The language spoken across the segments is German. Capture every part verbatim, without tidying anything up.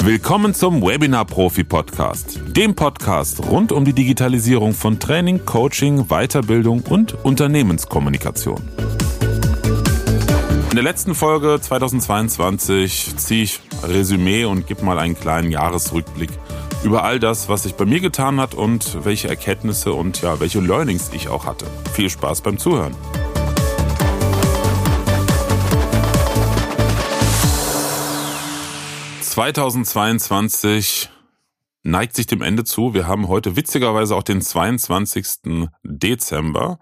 Willkommen zum Webinar-Profi-Podcast, dem Podcast rund um die Digitalisierung von Training, Coaching, Weiterbildung und Unternehmenskommunikation. In der letzten Folge zweitausendzweiundzwanzig ziehe ich Resümee und gebe mal einen kleinen Jahresrückblick über all das, was sich bei mir getan hat und welche Erkenntnisse und ja, welche Learnings ich auch hatte. Viel Spaß beim Zuhören. zweitausendzweiundzwanzig neigt sich dem Ende zu. Wir haben heute witzigerweise auch den zweiundzwanzigsten Dezember.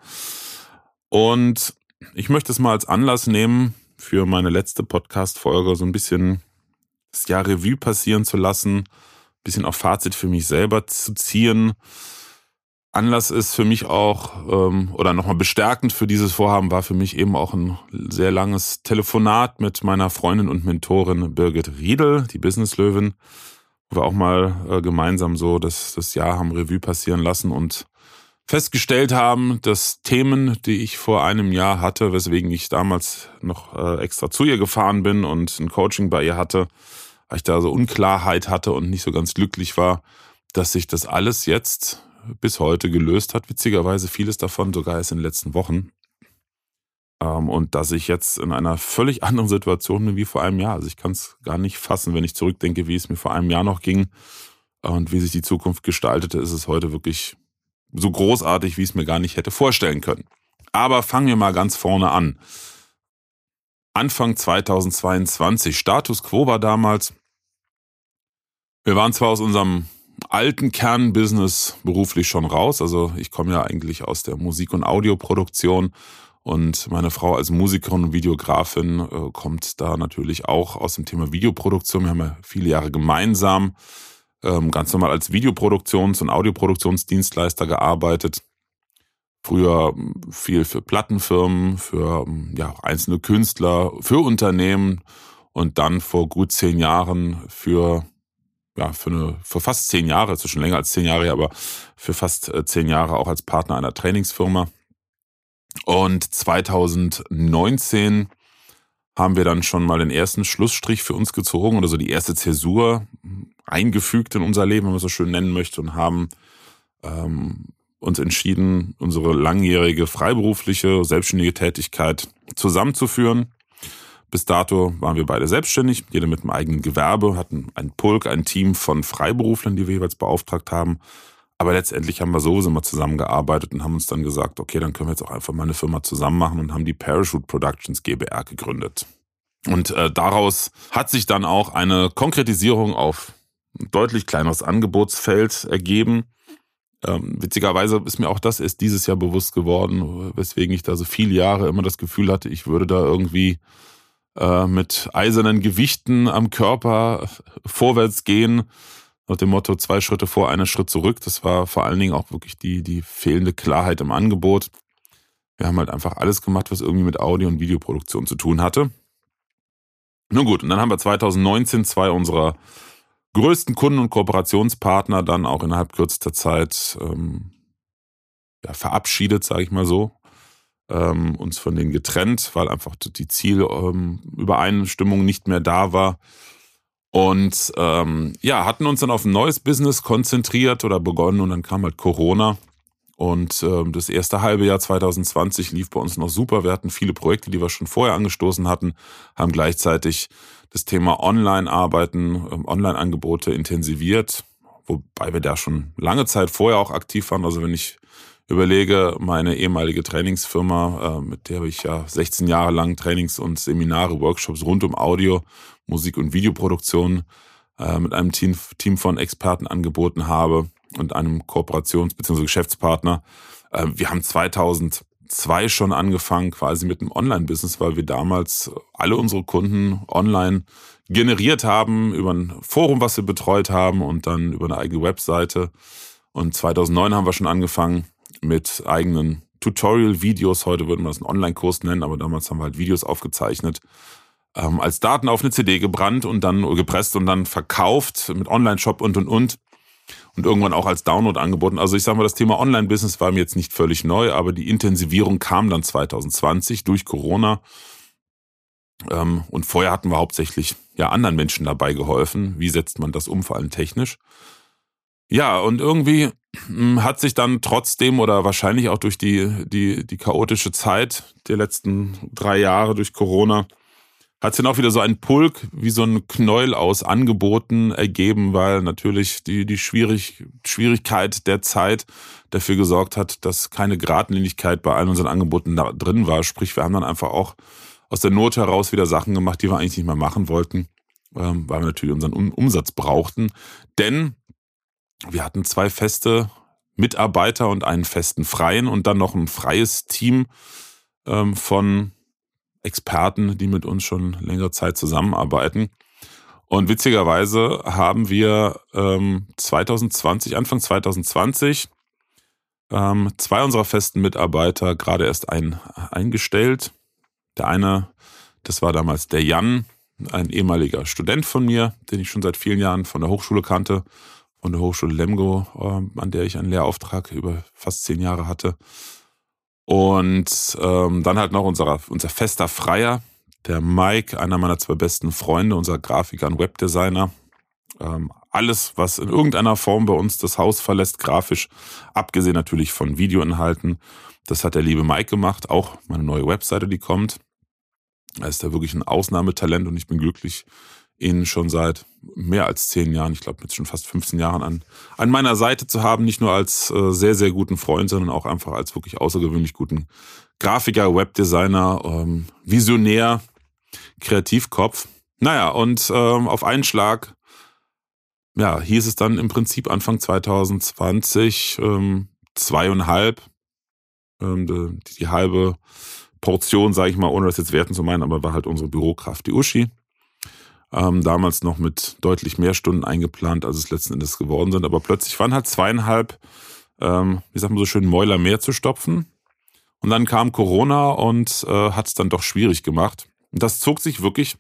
Und ich möchte es mal als Anlass nehmen, für meine letzte Podcast-Folge so ein bisschen das Jahr Revue passieren zu lassen, ein bisschen auch Fazit für mich selber zu ziehen. Anlass ist für mich auch, ähm, oder nochmal bestärkend für dieses Vorhaben war für mich eben auch ein sehr langes Telefonat mit meiner Freundin und Mentorin Birgit Riedel, die Business-Löwin, wo wir auch mal äh, gemeinsam so das, das Jahr haben Revue passieren lassen und festgestellt haben, dass Themen, die ich vor einem Jahr hatte, weswegen ich damals noch äh, extra zu ihr gefahren bin und ein Coaching bei ihr hatte, weil ich da so Unklarheit hatte und nicht so ganz glücklich war, dass sich das alles jetzt bis heute gelöst hat. Witzigerweise vieles davon sogar erst in den letzten Wochen. Ähm, und dass ich jetzt in einer völlig anderen Situation bin wie vor einem Jahr. Also ich kann es gar nicht fassen, wenn ich zurückdenke, wie es mir vor einem Jahr noch ging und wie sich die Zukunft gestaltete, ist es heute wirklich so großartig, wie ich es mir gar nicht hätte vorstellen können. Aber fangen wir mal ganz vorne an. Anfang zweitausendzweiundzwanzig. Status quo war damals, wir waren zwar aus unserem alten Kernbusiness beruflich schon raus. Also ich komme ja eigentlich aus der Musik- und Audioproduktion und meine Frau als Musikerin und Videografin äh, kommt da natürlich auch aus dem Thema Videoproduktion. Wir haben ja viele Jahre gemeinsam ähm, ganz normal als Videoproduktions- und Audioproduktionsdienstleister gearbeitet. Früher viel für Plattenfirmen, für ja, einzelne Künstler, für Unternehmen und dann vor gut zehn Jahren für ja, für eine, für fast zehn Jahre, ist schon länger als zehn Jahre, aber für fast zehn Jahre auch als Partner einer Trainingsfirma. Und zweitausendneunzehn haben wir dann schon mal den ersten Schlussstrich für uns gezogen oder so die erste Zäsur eingefügt in unser Leben, wenn man es so schön nennen möchte, und haben ähm, uns entschieden, unsere langjährige freiberufliche, selbstständige Tätigkeit zusammenzuführen. Bis dato waren wir beide selbstständig, jeder mit einem eigenen Gewerbe, hatten einen Pulk, ein Team von Freiberuflern, die wir jeweils beauftragt haben. Aber letztendlich haben wir sowieso mal zusammengearbeitet und haben uns dann gesagt, okay, dann können wir jetzt auch einfach mal eine Firma zusammen machen und haben die Parachute Productions GbR gegründet. Und äh, daraus hat sich dann auch eine Konkretisierung auf ein deutlich kleineres Angebotsfeld ergeben. Ähm, witzigerweise ist mir auch das erst dieses Jahr bewusst geworden, weswegen ich da so viele Jahre immer das Gefühl hatte, ich würde da irgendwie mit eisernen Gewichten am Körper vorwärts gehen, nach dem Motto zwei Schritte vor, einen Schritt zurück. Das war vor allen Dingen auch wirklich die, die fehlende Klarheit im Angebot. Wir haben halt einfach alles gemacht, was irgendwie mit Audio- und Videoproduktion zu tun hatte. Nun gut, und dann haben wir zweitausendneunzehn zwei unserer größten Kunden und Kooperationspartner dann auch innerhalb kürzester Zeit ähm, ja, verabschiedet, sage ich mal so. Ähm, uns von denen getrennt, weil einfach die Zielübereinstimmung ähm, nicht mehr da war. Und ähm, ja, hatten uns dann auf ein neues Business konzentriert oder begonnen und dann kam halt Corona. Und ähm, das erste halbe Jahr zweitausendzwanzig lief bei uns noch super. Wir hatten viele Projekte, die wir schon vorher angestoßen hatten, haben gleichzeitig das Thema Online-Arbeiten, ähm, Online-Angebote intensiviert, wobei wir da schon lange Zeit vorher auch aktiv waren. Also wenn ich überlege, meine ehemalige Trainingsfirma, mit der ich ja sechzehn Jahre lang Trainings und Seminare, Workshops rund um Audio, Musik und Videoproduktion mit einem Team, Team von Experten angeboten habe und einem Kooperations- bzw. Geschäftspartner. Wir haben zweitausendzwei schon angefangen quasi mit einem Online-Business, weil wir damals alle unsere Kunden online generiert haben über ein Forum, was wir betreut haben und dann über eine eigene Webseite. Und zweitausendneun haben wir schon angefangen mit eigenen Tutorial-Videos. Heute würde man das einen Online-Kurs nennen, aber damals haben wir halt Videos aufgezeichnet, ähm, als Daten auf eine C D gebrannt und dann gepresst und dann verkauft mit Online-Shop und und und und irgendwann auch als Download angeboten. Also ich sage mal, das Thema Online-Business war mir jetzt nicht völlig neu, aber die Intensivierung kam dann zweitausendzwanzig durch Corona Ähm, und vorher hatten wir hauptsächlich ja anderen Menschen dabei geholfen. Wie setzt man das um, vor allem technisch? Ja, und irgendwie mh, hat sich dann trotzdem oder wahrscheinlich auch durch die, die, die chaotische Zeit der letzten drei Jahre durch Corona, hat sich dann auch wieder so ein Pulk, wie so ein Knäuel aus Angeboten ergeben, weil natürlich die, die Schwierig, Schwierigkeit der Zeit dafür gesorgt hat, dass keine Geradlinigkeit bei allen unseren Angeboten da drin war. Sprich, wir haben dann einfach auch aus der Not heraus wieder Sachen gemacht, die wir eigentlich nicht mehr machen wollten, ähm, weil wir natürlich unseren um Umsatz brauchten. Denn wir hatten zwei feste Mitarbeiter und einen festen Freien und dann noch ein freies Team ähm, von Experten, die mit uns schon längere Zeit zusammenarbeiten. Und witzigerweise haben wir ähm, zwanzig zwanzig, Anfang zwanzig zwanzig, ähm, zwei unserer festen Mitarbeiter gerade erst ein, eingestellt. Der eine, das war damals der Jan, ein ehemaliger Student von mir, den ich schon seit vielen Jahren von der Hochschule kannte, von der Hochschule Lemgo, äh, an der ich einen Lehrauftrag über fast zehn Jahre hatte. Und ähm, dann halt noch unser, unser fester Freier, der Mike, einer meiner zwei besten Freunde, unser Grafiker und Webdesigner. Ähm, alles, was in irgendeiner Form bei uns das Haus verlässt, grafisch, abgesehen natürlich von Videoinhalten, das hat der liebe Mike gemacht, auch meine neue Webseite, die kommt. Er ist da wirklich ein Ausnahmetalent und ich bin glücklich, ihn schon seit mehr als zehn Jahren, ich glaube jetzt schon fast fünfzehn Jahren an, an meiner Seite zu haben, nicht nur als äh, sehr, sehr guten Freund, sondern auch einfach als wirklich außergewöhnlich guten Grafiker, Webdesigner, ähm, Visionär, Kreativkopf. Naja, und ähm, auf einen Schlag, ja, hieß es dann im Prinzip Anfang zwanzig zwanzig ähm, zweieinhalb, ähm, die, die halbe Portion, sage ich mal, ohne das jetzt werten zu meinen, aber war halt unsere Bürokraft, die Uschi. Ähm, damals noch mit deutlich mehr Stunden eingeplant, als es letzten Endes geworden sind. Aber plötzlich waren halt zweieinhalb, ähm, wie sagt man so schön, Mäuler mehr zu stopfen. Und dann kam Corona und äh, hat es dann doch schwierig gemacht. Und das zog sich wirklich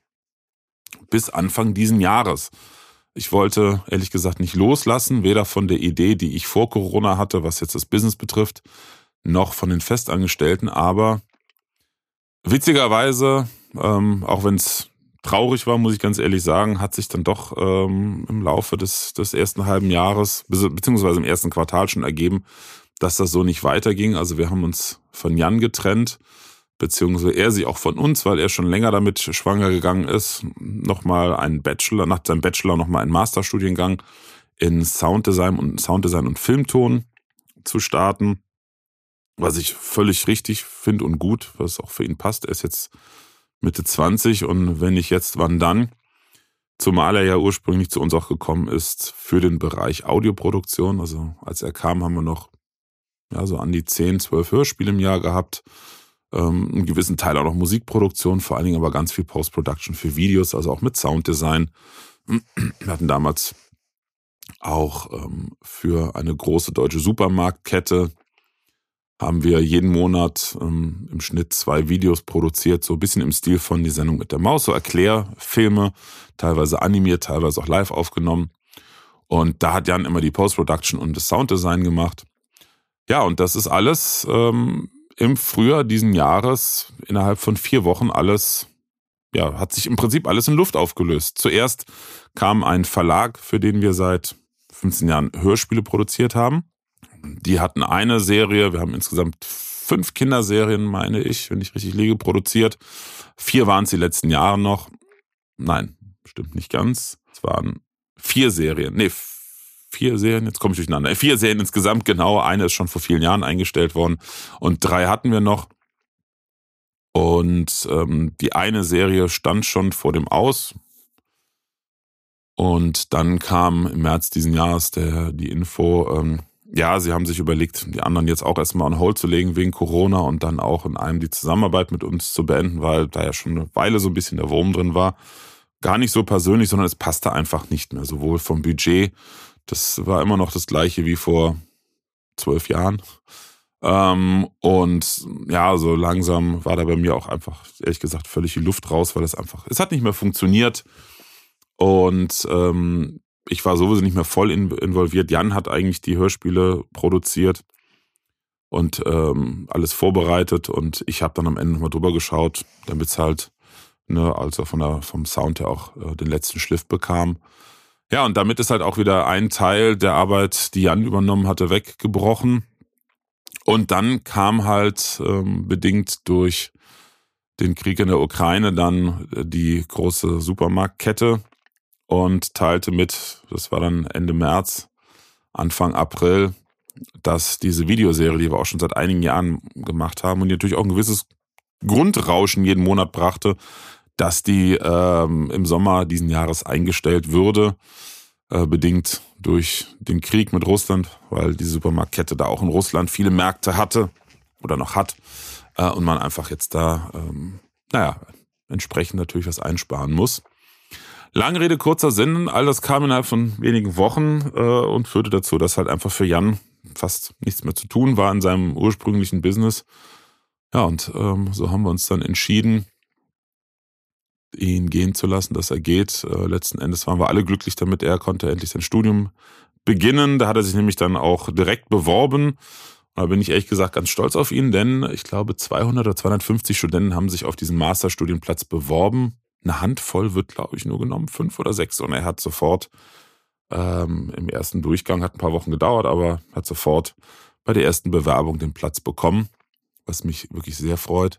bis Anfang diesen Jahres. Ich wollte ehrlich gesagt nicht loslassen, weder von der Idee, die ich vor Corona hatte, was jetzt das Business betrifft, noch von den Festangestellten. Aber witzigerweise, ähm, auch wenn es traurig war, muss ich ganz ehrlich sagen, hat sich dann doch ähm, im Laufe des, des ersten halben Jahres, beziehungsweise im ersten Quartal schon ergeben, dass das so nicht weiterging. Also wir haben uns von Jan getrennt, beziehungsweise er sich auch von uns, weil er schon länger damit schwanger gegangen ist, nochmal einen Bachelor, nach seinem Bachelor nochmal einen Masterstudiengang in Sounddesign und Sounddesign und Filmton zu starten, was ich völlig richtig finde und gut, was auch für ihn passt. Er ist jetzt Mitte zwanzig und wenn nicht jetzt, wann dann? Zumal er ja ursprünglich zu uns auch gekommen ist für den Bereich Audioproduktion. Also als er kam, haben wir noch ja, so an die zehn, zwölf Hörspiele im Jahr gehabt. Ähm, einen gewissen Teil auch noch Musikproduktion, vor allen Dingen aber ganz viel Post-Production für Videos, also auch mit Sounddesign. Wir hatten damals auch ähm, für eine große deutsche Supermarktkette haben wir jeden Monat ähm, im Schnitt zwei Videos produziert, so ein bisschen im Stil von die Sendung mit der Maus, so Erklärfilme, teilweise animiert, teilweise auch live aufgenommen. Und da hat Jan immer die Post-Production und das Sounddesign gemacht. Ja, und das ist alles ähm, im Frühjahr diesen Jahres innerhalb von vier Wochen alles, ja, hat sich im Prinzip alles in Luft aufgelöst. Zuerst kam ein Verlag, für den wir seit fünfzehn Jahren Hörspiele produziert haben. Die hatten eine Serie, wir haben insgesamt fünf Kinderserien, meine ich, wenn ich richtig liege, produziert. Vier waren es die letzten Jahre noch. Nein, stimmt nicht ganz. Es waren vier Serien. Nee, vier Serien, jetzt komme ich durcheinander. Vier Serien insgesamt, genau. Eine ist schon vor vielen Jahren eingestellt worden. Und drei hatten wir noch. Und ähm, die eine Serie stand schon vor dem Aus. Und dann kam im März diesen Jahres der, die Info, ähm, ja, sie haben sich überlegt, die anderen jetzt auch erstmal on hold zu legen wegen Corona und dann auch in einem die Zusammenarbeit mit uns zu beenden, weil da ja schon eine Weile so ein bisschen der Wurm drin war. Gar nicht so persönlich, sondern es passte einfach nicht mehr. Sowohl vom Budget, das war immer noch das gleiche wie vor zwölf Jahren. Ähm, und ja, so langsam war da bei mir auch einfach, ehrlich gesagt, völlig die Luft raus, weil es einfach, es hat nicht mehr funktioniert. Und ähm, ich war sowieso nicht mehr voll involviert. Jan hat eigentlich die Hörspiele produziert und ähm, alles vorbereitet und ich habe dann am Ende nochmal drüber geschaut, damit es halt ne, als er von der, vom Sound her auch äh, den letzten Schliff bekam. Ja, und damit ist halt auch wieder ein Teil der Arbeit, die Jan übernommen hatte, weggebrochen. Und dann kam halt ähm, bedingt durch den Krieg in der Ukraine dann die große Supermarktkette und teilte mit, das war dann Ende März, Anfang April, dass diese Videoserie, die wir auch schon seit einigen Jahren gemacht haben und die natürlich auch ein gewisses Grundrauschen jeden Monat brachte, dass die ähm, im Sommer diesen Jahres eingestellt würde, äh, bedingt durch den Krieg mit Russland, weil die Supermarktkette da auch in Russland viele Märkte hatte oder noch hat äh, und man einfach jetzt da, ähm, naja, entsprechend natürlich was einsparen muss. Lange Rede, kurzer Sinn, all das kam innerhalb von wenigen Wochen äh, und führte dazu, dass halt einfach für Jan fast nichts mehr zu tun war in seinem ursprünglichen Business. Ja, und ähm, so haben wir uns dann entschieden, ihn gehen zu lassen, dass er geht. Äh, letzten Endes waren wir alle glücklich damit. Er konnte endlich sein Studium beginnen. Da hat er sich nämlich dann auch direkt beworben. Da bin ich ehrlich gesagt ganz stolz auf ihn, denn ich glaube zweihundert oder zweihundertfünfzig Studenten haben sich auf diesen Masterstudienplatz beworben. Eine Handvoll wird, glaube ich, nur genommen, fünf oder sechs. Und er hat sofort ähm, im ersten Durchgang, hat ein paar Wochen gedauert, aber hat sofort bei der ersten Bewerbung den Platz bekommen, was mich wirklich sehr freut.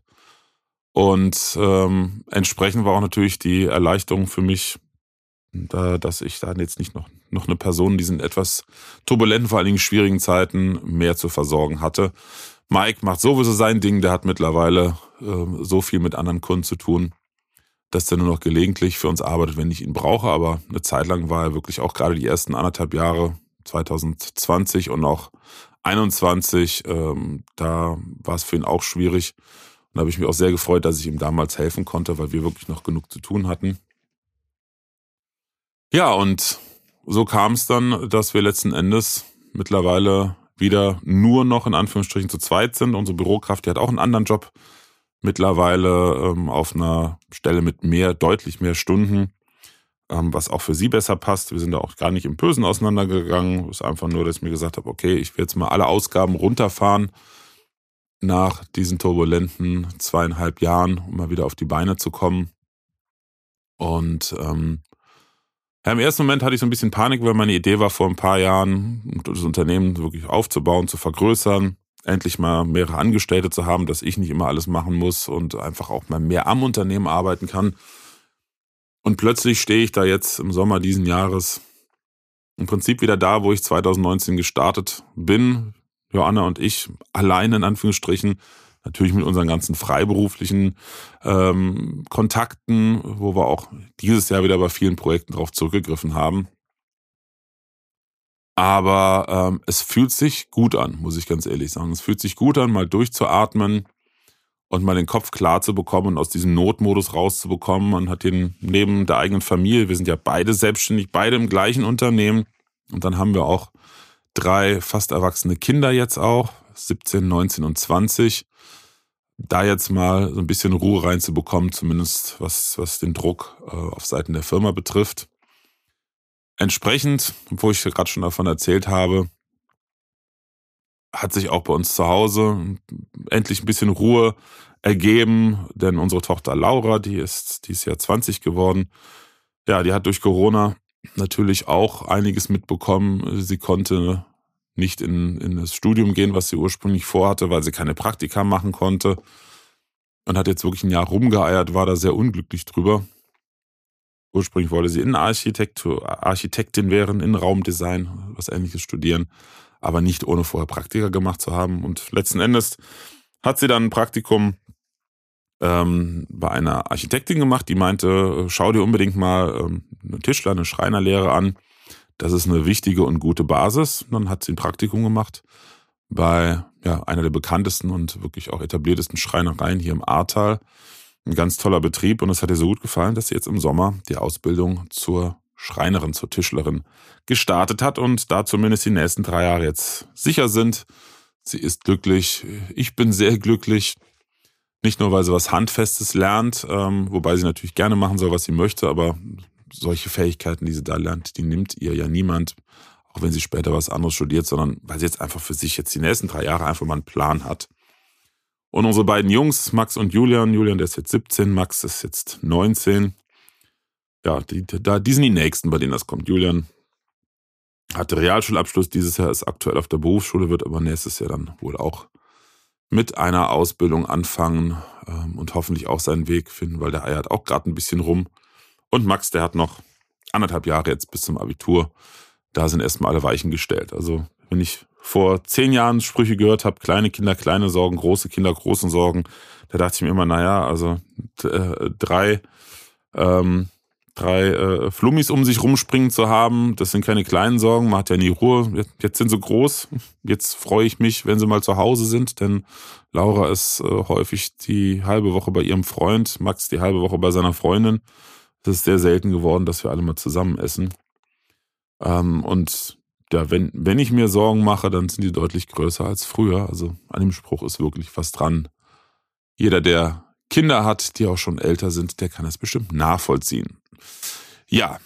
Und ähm, entsprechend war auch natürlich die Erleichterung für mich, da, dass ich da jetzt nicht noch, noch eine Person in diesen etwas turbulenten, vor allen Dingen schwierigen Zeiten mehr zu versorgen hatte. Mike macht sowieso sein Ding, der hat mittlerweile äh, so viel mit anderen Kunden zu tun, dass der nur noch gelegentlich für uns arbeitet, wenn ich ihn brauche. Aber eine Zeit lang war er wirklich auch gerade die ersten anderthalb Jahre, zwanzig zwanzig und auch einundzwanzig, ähm, da war es für ihn auch schwierig. Und da habe ich mich auch sehr gefreut, dass ich ihm damals helfen konnte, weil wir wirklich noch genug zu tun hatten. Ja, und so kam es dann, dass wir letzten Endes mittlerweile wieder nur noch in Anführungsstrichen zu zweit sind. Unsere Bürokraft, die hat auch einen anderen Job mittlerweile ähm, auf einer Stelle mit mehr, deutlich mehr Stunden, ähm, was auch für sie besser passt. Wir sind da auch gar nicht im Bösen auseinandergegangen. Es ist einfach nur, dass ich mir gesagt habe, okay, ich will jetzt mal alle Ausgaben runterfahren nach diesen turbulenten zweieinhalb Jahren, um mal wieder auf die Beine zu kommen. Und ähm, ja, im ersten Moment hatte ich so ein bisschen Panik, weil meine Idee war, vor ein paar Jahren das Unternehmen wirklich aufzubauen, zu vergrößern, endlich mal mehrere Angestellte zu haben, dass ich nicht immer alles machen muss und einfach auch mal mehr am Unternehmen arbeiten kann. Und plötzlich stehe ich da jetzt im Sommer diesen Jahres im Prinzip wieder da, wo ich zwanzig neunzehn gestartet bin. Joanna und ich alleine in Anführungsstrichen, natürlich mit unseren ganzen freiberuflichen ähm, Kontakten, wo wir auch dieses Jahr wieder bei vielen Projekten drauf zurückgegriffen haben. Aber ähm, es fühlt sich gut an, muss ich ganz ehrlich sagen. Es fühlt sich gut an, mal durchzuatmen und mal den Kopf klar zu bekommen und aus diesem Notmodus rauszubekommen. Man hat den neben der eigenen Familie, wir sind ja beide selbstständig, beide im gleichen Unternehmen. Und dann haben wir auch drei fast erwachsene Kinder jetzt auch, siebzehn, neunzehn und zwanzig. Da jetzt mal so ein bisschen Ruhe reinzubekommen, zumindest was, was den Druck äh, auf Seiten der Firma betrifft. Entsprechend, wo ich gerade schon davon erzählt habe, hat sich auch bei uns zu Hause endlich ein bisschen Ruhe ergeben, denn unsere Tochter Laura, die ist dieses Jahr zwanzig geworden, ja, die hat durch Corona natürlich auch einiges mitbekommen. Sie konnte nicht in, in das Studium gehen, was sie ursprünglich vorhatte, weil sie keine Praktika machen konnte und hat jetzt wirklich ein Jahr rumgeeiert, war da sehr unglücklich drüber. Ursprünglich wollte sie Innenarchitekt, Architektin werden, Innenraumdesign, was Ähnliches studieren, aber nicht ohne vorher Praktika gemacht zu haben. Und letzten Endes hat sie dann ein Praktikum ähm, bei einer Architektin gemacht, die meinte, schau dir unbedingt mal ähm, eine Tischler-, eine Schreinerlehre an. Das ist eine wichtige und gute Basis. Und dann hat sie ein Praktikum gemacht bei ja, einer der bekanntesten und wirklich auch etabliertesten Schreinereien hier im Ahrtal. Ein ganz toller Betrieb und es hat ihr so gut gefallen, dass sie jetzt im Sommer die Ausbildung zur Schreinerin, zur Tischlerin gestartet hat und da zumindest die nächsten drei Jahre jetzt sicher sind. Sie ist glücklich, ich bin sehr glücklich. Nicht nur, weil sie was Handfestes lernt, ähm, wobei sie natürlich gerne machen soll, was sie möchte, aber solche Fähigkeiten, die sie da lernt, die nimmt ihr ja niemand, auch wenn sie später was anderes studiert, sondern weil sie jetzt einfach für sich jetzt die nächsten drei Jahre einfach mal einen Plan hat. Und unsere beiden Jungs, Max und Julian, Julian, der ist jetzt siebzehn, Max ist jetzt neunzehn. Ja, die, die, die sind die Nächsten, bei denen das kommt. Julian hatte Realschulabschluss dieses Jahr, ist aktuell auf der Berufsschule, wird aber nächstes Jahr dann wohl auch mit einer Ausbildung anfangen ähm, und hoffentlich auch seinen Weg finden, weil der eiert auch gerade ein bisschen rum. Und Max, der hat noch anderthalb Jahre jetzt bis zum Abitur. Da sind erstmal alle Weichen gestellt. Also wenn ich vor zehn Jahren Sprüche gehört habe, kleine Kinder, kleine Sorgen, große Kinder, große Sorgen, da dachte ich mir immer, naja, also äh, drei, ähm, drei äh, Flummis um sich rumspringen zu haben, das sind keine kleinen Sorgen, man hat ja nie Ruhe. Jetzt, jetzt sind sie groß, jetzt freue ich mich, wenn sie mal zu Hause sind, denn Laura ist äh, häufig die halbe Woche bei ihrem Freund, Max die halbe Woche bei seiner Freundin. Das ist sehr selten geworden, dass wir alle mal zusammen essen. Ähm, und ja, wenn, wenn ich mir Sorgen mache, dann sind die deutlich größer als früher. Also an dem Spruch ist wirklich was dran. Jeder, der Kinder hat, die auch schon älter sind, der kann das bestimmt nachvollziehen. Ja,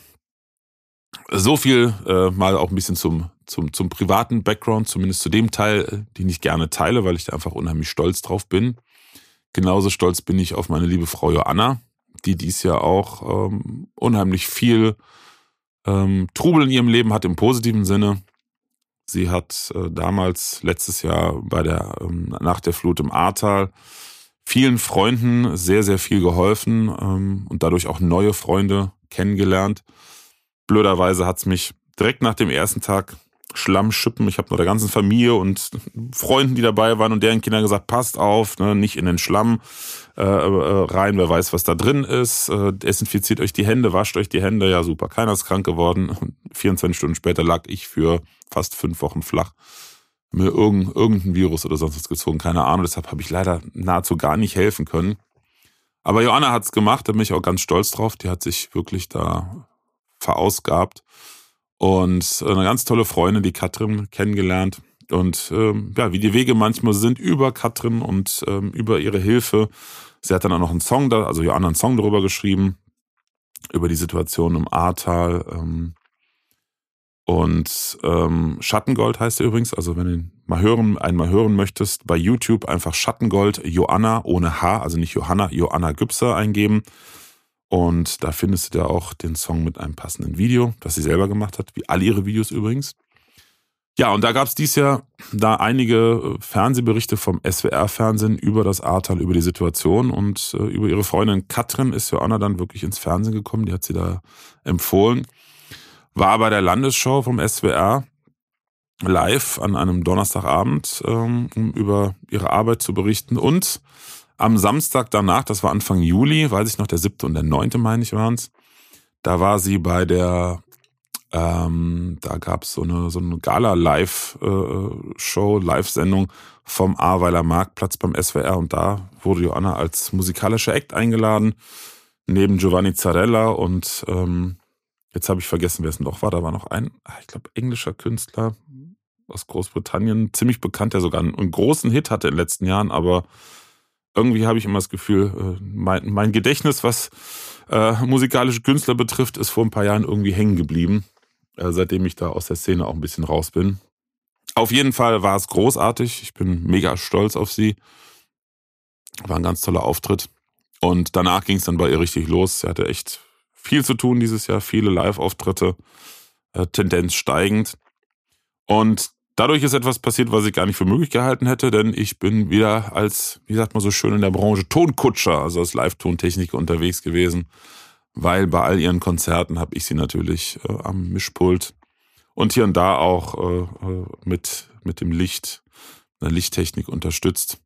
so viel äh, mal auch ein bisschen zum, zum, zum privaten Background, zumindest zu dem Teil, den ich gerne teile, weil ich da einfach unheimlich stolz drauf bin. Genauso stolz bin ich auf meine liebe Frau Joanna, die dies Jahr auch ähm, unheimlich viel ähm, Trubel in ihrem Leben hat im positiven Sinne. Sie hat äh, damals, letztes Jahr bei der ähm, nach der Flut im Ahrtal, vielen Freunden sehr, sehr viel geholfen ähm, und dadurch auch neue Freunde kennengelernt. Blöderweise hat's mich direkt nach dem ersten Tag Schlammschippen, ich habe nur der ganzen Familie und Freunden, die dabei waren und deren Kinder gesagt, passt auf, ne, nicht in den Schlamm äh, rein, wer weiß, was da drin ist, äh, desinfiziert euch die Hände, wascht euch die Hände, ja super, keiner ist krank geworden. vierundzwanzig Stunden später lag ich für fast fünf Wochen flach, mir irgendein, irgendein Virus oder sonst was gezogen, keine Ahnung, deshalb habe ich leider nahezu gar nicht helfen können. Aber Joanna hat's gemacht, da bin ich auch ganz stolz drauf, die hat sich wirklich da verausgabt. Und eine ganz tolle Freundin, die Katrin, kennengelernt. Und ähm, ja, wie die Wege manchmal sind, über Katrin und ähm, über ihre Hilfe. Sie hat dann auch noch einen Song, da, also Joanna einen Song darüber geschrieben, über die Situation im Ahrtal. Ähm, und ähm, Schattengold heißt er übrigens, also wenn du ihn mal hören, einmal hören möchtest, bei YouTube einfach Schattengold, Joanna ohne H, also nicht Johanna, Joanna Gübser eingeben. Und da findest du ja auch den Song mit einem passenden Video, das sie selber gemacht hat, wie alle ihre Videos übrigens. Ja, und da gab es dieses Jahr da einige Fernsehberichte vom S W R-Fernsehen über das Ahrtal, über die Situation. Und äh, über ihre Freundin Katrin ist Joanna dann wirklich ins Fernsehen gekommen, die hat sie da empfohlen. War bei der Landesschau vom S W R live an einem Donnerstagabend, ähm, um über ihre Arbeit zu berichten. Und am Samstag danach, das war Anfang Juli, weiß ich noch, der siebte und der neunte, meine ich, waren es. Da war sie bei der, ähm, da gab es so eine, so eine Gala-Live-Show, Live-Sendung vom Ahrweiler Marktplatz beim S W R. Und da wurde Joanna als musikalischer Act eingeladen, neben Giovanni Zarella. Und ähm, jetzt habe ich vergessen, wer es noch war. Da war noch ein, ich glaube, englischer Künstler aus Großbritannien, ziemlich bekannt, der sogar einen, einen großen Hit hatte in den letzten Jahren, aber irgendwie habe ich immer das Gefühl, mein, mein Gedächtnis, was äh, musikalische Künstler betrifft, ist vor ein paar Jahren irgendwie hängen geblieben, äh, seitdem ich da aus der Szene auch ein bisschen raus bin. Auf jeden Fall war es großartig. Ich bin mega stolz auf sie. War ein ganz toller Auftritt. Und danach ging es dann bei ihr richtig los. Sie hatte echt viel zu tun dieses Jahr, viele Live-Auftritte, äh, Tendenz steigend. Und dadurch ist etwas passiert, was ich gar nicht für möglich gehalten hätte, denn ich bin wieder als, wie sagt man so schön in der Branche, Tonkutscher, also als Live-Tontechniker unterwegs gewesen, weil bei all ihren Konzerten habe ich sie natürlich äh, am Mischpult und hier und da auch äh, mit, mit dem Licht, einer Lichttechnik unterstützt.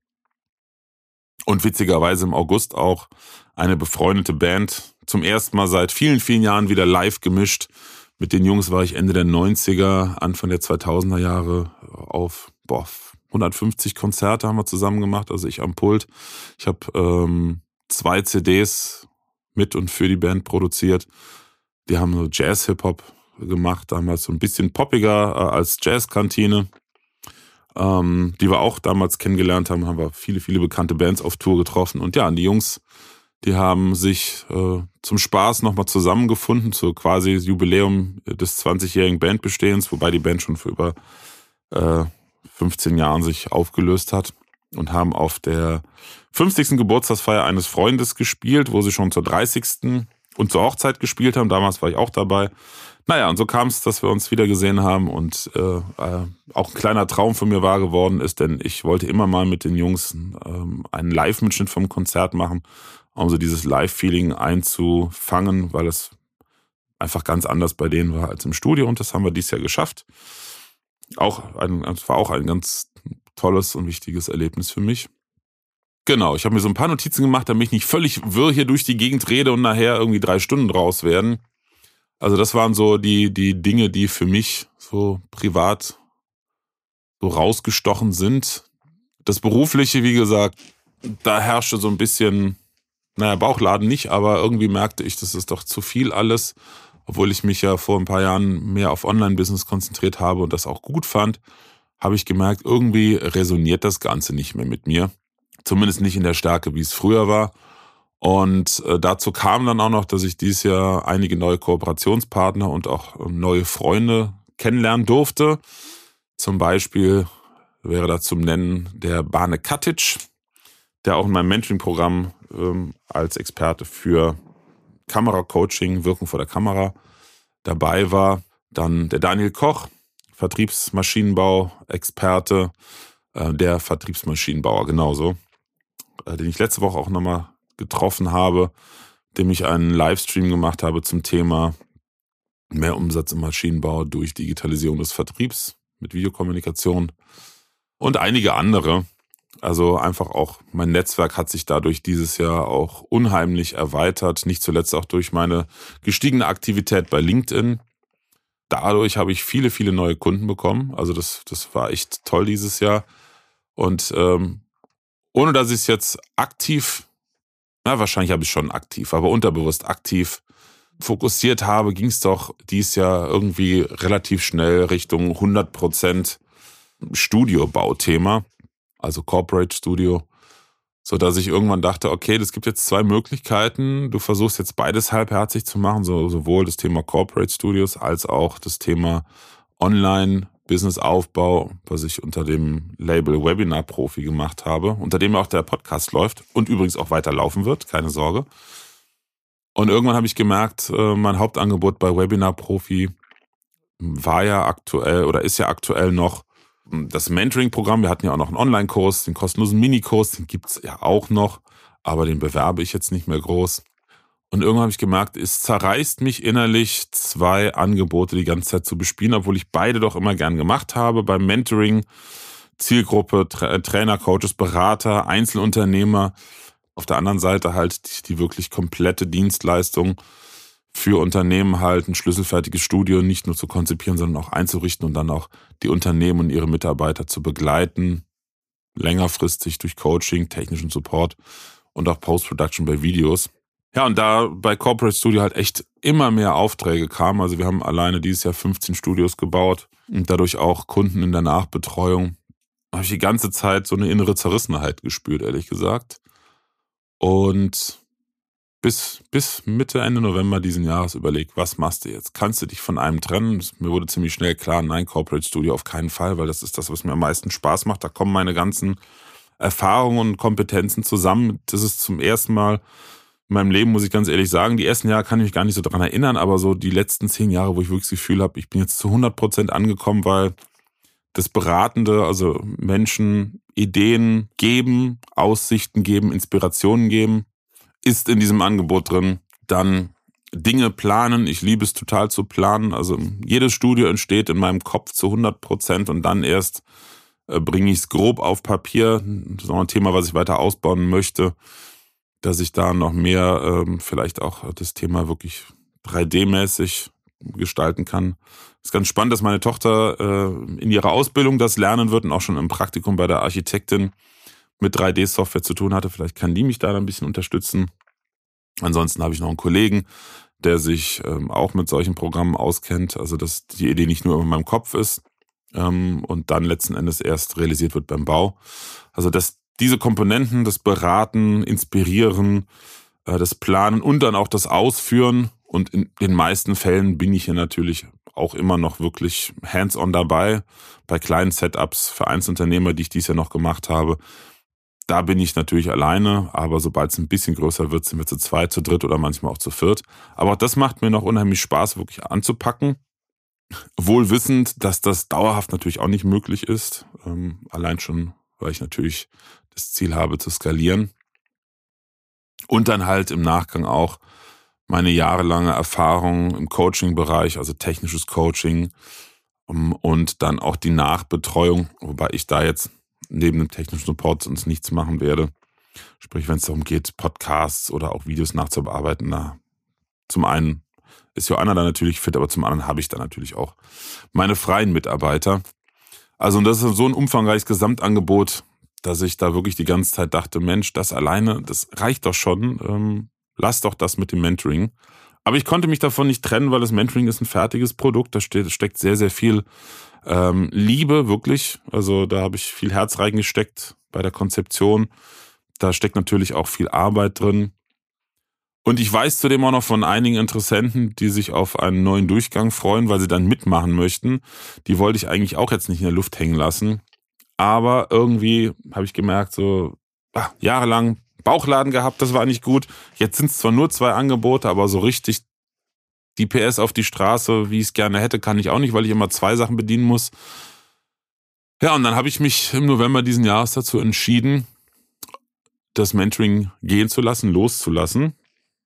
Und witzigerweise im August auch eine befreundete Band, zum ersten Mal seit vielen, vielen Jahren wieder live gemischt. Mit den Jungs war ich Ende der neunziger, Anfang der zweitausender Jahre auf boah, hundertfünfzig Konzerte haben wir zusammen gemacht, also ich am Pult. Ich habe ähm, zwei C Ds mit und für die Band produziert. Die haben so Jazz-Hip-Hop gemacht, damals so ein bisschen poppiger äh, als Jazzkantine. Ähm, die wir auch damals kennengelernt haben, haben wir viele, viele bekannte Bands auf Tour getroffen. Und ja, die Jungs, die haben sich äh, zum Spaß nochmal zusammengefunden, zu quasi Jubiläum des zwanzigjährigen Bandbestehens, wobei die Band schon vor über äh, fünfzehn Jahren sich aufgelöst hat. und haben auf der fünfzigsten Geburtstagsfeier eines Freundes gespielt, wo sie schon zur dreißigsten und zur Hochzeit gespielt haben. Damals war ich auch dabei. Naja, und so kam es, dass wir uns wieder gesehen haben und äh, äh, auch ein kleiner Traum von mir wahr geworden ist, denn ich wollte immer mal mit den Jungs ähm, einen Live-Mitschnitt vom Konzert machen, um so dieses Live-Feeling einzufangen, weil es einfach ganz anders bei denen war als im Studio, und das haben wir dieses Jahr geschafft. Auch ein, es war auch ein ganz tolles und wichtiges Erlebnis für mich. Genau, ich habe mir so ein paar Notizen gemacht, damit ich nicht völlig wirr hier durch die Gegend rede und nachher irgendwie drei Stunden draus werden. Also das waren so die, die Dinge, die für mich so privat so rausgestochen sind. Das Berufliche, wie gesagt, da herrschte so ein bisschen, naja, Bauchladen nicht, aber irgendwie merkte ich, das ist doch zu viel alles. Obwohl ich mich ja vor ein paar Jahren mehr auf Online-Business konzentriert habe und das auch gut fand, habe ich gemerkt, irgendwie resoniert das Ganze nicht mehr mit mir. Zumindest nicht in der Stärke, wie es früher war. Und äh, dazu kam dann auch noch, dass ich dieses Jahr einige neue Kooperationspartner und auch neue Freunde kennenlernen durfte. Zum Beispiel wäre da zum Nennen der Bane Katic, der auch in meinem Mentoring-Programm ähm, als Experte für Kameracoaching, Wirken vor der Kamera dabei war. Dann der Daniel Koch, Vertriebsmaschinenbau-Experte, äh, der Vertriebsmaschinenbauer genauso, äh, den ich letzte Woche auch nochmal getroffen habe, dem ich einen Livestream gemacht habe zum Thema mehr Umsatz im Maschinenbau durch Digitalisierung des Vertriebs mit Videokommunikation und einige andere. Also einfach auch mein Netzwerk hat sich dadurch dieses Jahr auch unheimlich erweitert, nicht zuletzt auch durch meine gestiegene Aktivität bei LinkedIn. Dadurch habe ich viele, viele neue Kunden bekommen. Also das, das war echt toll dieses Jahr. Und ähm, ohne dass ich es jetzt aktiv, na wahrscheinlich habe ich es schon aktiv, aber unterbewusst aktiv fokussiert habe, ging es doch dieses Jahr irgendwie relativ schnell Richtung hundert Prozent Studiobauthema. Also Corporate Studio, so dass ich irgendwann dachte, okay, das gibt jetzt zwei Möglichkeiten. Du versuchst jetzt beides halbherzig zu machen, so, sowohl das Thema Corporate Studios als auch das Thema Online-Business-Aufbau, was ich unter dem Label Webinar-Profi gemacht habe, unter dem auch der Podcast läuft und übrigens auch weiter laufen wird, keine Sorge. Und irgendwann habe ich gemerkt, mein Hauptangebot bei Webinar-Profi war ja aktuell oder ist ja aktuell noch das Mentoring-Programm. Wir hatten ja auch noch einen Online-Kurs, den kostenlosen Minikurs, den gibt's ja auch noch, aber den bewerbe ich jetzt nicht mehr groß. Und irgendwann habe ich gemerkt, es zerreißt mich innerlich, zwei Angebote die ganze Zeit zu bespielen, obwohl ich beide doch immer gern gemacht habe. Beim Mentoring, Zielgruppe, Tra- Trainer, Coaches, Berater, Einzelunternehmer. Auf der anderen Seite halt die, die wirklich komplette Dienstleistung für Unternehmen halt, ein schlüsselfertiges Studio nicht nur zu konzipieren, sondern auch einzurichten und dann auch die Unternehmen und ihre Mitarbeiter zu begleiten, längerfristig durch Coaching, technischen Support und auch Post-Production bei Videos. Ja, und da bei Corporate Studio halt echt immer mehr Aufträge kamen. Also wir haben alleine dieses Jahr fünfzehn Studios gebaut und dadurch auch Kunden in der Nachbetreuung. Da habe ich die ganze Zeit so eine innere Zerrissenheit gespürt, ehrlich gesagt. Und bis, bis Mitte, Ende November diesen Jahres überlegt, was machst du jetzt? Kannst du dich von einem trennen? Mir wurde ziemlich schnell klar, nein, Corporate Studio auf keinen Fall, weil das ist das, was mir am meisten Spaß macht. Da kommen meine ganzen Erfahrungen und Kompetenzen zusammen. Das ist zum ersten Mal in meinem Leben, muss ich ganz ehrlich sagen, die ersten Jahre kann ich mich gar nicht so daran erinnern, aber so die letzten zehn Jahre, wo ich wirklich das Gefühl habe, ich bin jetzt zu hundert Prozent angekommen, weil das Beratende, also Menschen Ideen geben, Aussichten geben, Inspirationen geben, ist in diesem Angebot drin. Dann Dinge planen. Ich liebe es total zu planen. Also jedes Studio entsteht in meinem Kopf zu hundert Prozent und dann erst äh, bringe ich es grob auf Papier. Das ist auch ein Thema, was ich weiter ausbauen möchte, dass ich da noch mehr ähm, vielleicht auch das Thema wirklich drei D-mäßig gestalten kann. Es ist ganz spannend, dass meine Tochter äh, in ihrer Ausbildung das lernen wird und auch schon im Praktikum bei der Architektin mit drei D-Software zu tun hatte. Vielleicht kann die mich da ein bisschen unterstützen. Ansonsten habe ich noch einen Kollegen, der sich ähm, auch mit solchen Programmen auskennt. Also dass die Idee nicht nur in meinem Kopf ist ähm, und dann letzten Endes erst realisiert wird beim Bau. Also dass diese Komponenten, das Beraten, Inspirieren, äh, das Planen und dann auch das Ausführen, und in den meisten Fällen bin ich hier natürlich auch immer noch wirklich hands-on dabei, bei kleinen Setups für Einzelunternehmer, die ich dies Jahr noch gemacht habe. Da bin ich natürlich alleine, aber sobald es ein bisschen größer wird, sind wir zu zweit, zu dritt oder manchmal auch zu viert. Aber auch das macht mir noch unheimlich Spaß, wirklich anzupacken. Wohl wissend, dass das dauerhaft natürlich auch nicht möglich ist. Ähm, allein schon, weil ich natürlich das Ziel habe, zu skalieren. Und dann halt im Nachgang auch meine jahrelange Erfahrung im Coaching-Bereich, also technisches Coaching um, und dann auch die Nachbetreuung, wobei ich da jetzt neben dem technischen Support sonst nichts machen werde. Sprich, wenn es darum geht, Podcasts oder auch Videos nachzubearbeiten, na, zum einen ist Joanna da natürlich fit, aber zum anderen habe ich da natürlich auch meine freien Mitarbeiter. Also und das ist so ein umfangreiches Gesamtangebot, dass ich da wirklich die ganze Zeit dachte, Mensch, das alleine, das reicht doch schon. Ähm, lass doch das mit dem Mentoring. Aber ich konnte mich davon nicht trennen, weil das Mentoring ist ein fertiges Produkt. Da steht, steckt sehr, sehr viel ähm, Liebe, wirklich. Also da habe ich viel Herz reingesteckt bei der Konzeption. Da steckt natürlich auch viel Arbeit drin. Und ich weiß zudem auch noch von einigen Interessenten, die sich auf einen neuen Durchgang freuen, weil sie dann mitmachen möchten. Die wollte ich eigentlich auch jetzt nicht in der Luft hängen lassen. Aber irgendwie habe ich gemerkt, so ach, jahrelang Bauchladen gehabt, das war nicht gut. Jetzt sind es zwar nur zwei Angebote, aber so richtig die P S auf die Straße, wie ich es gerne hätte, kann ich auch nicht, weil ich immer zwei Sachen bedienen muss. Ja, und dann habe ich mich im November diesen Jahres dazu entschieden, das Mentoring gehen zu lassen, loszulassen.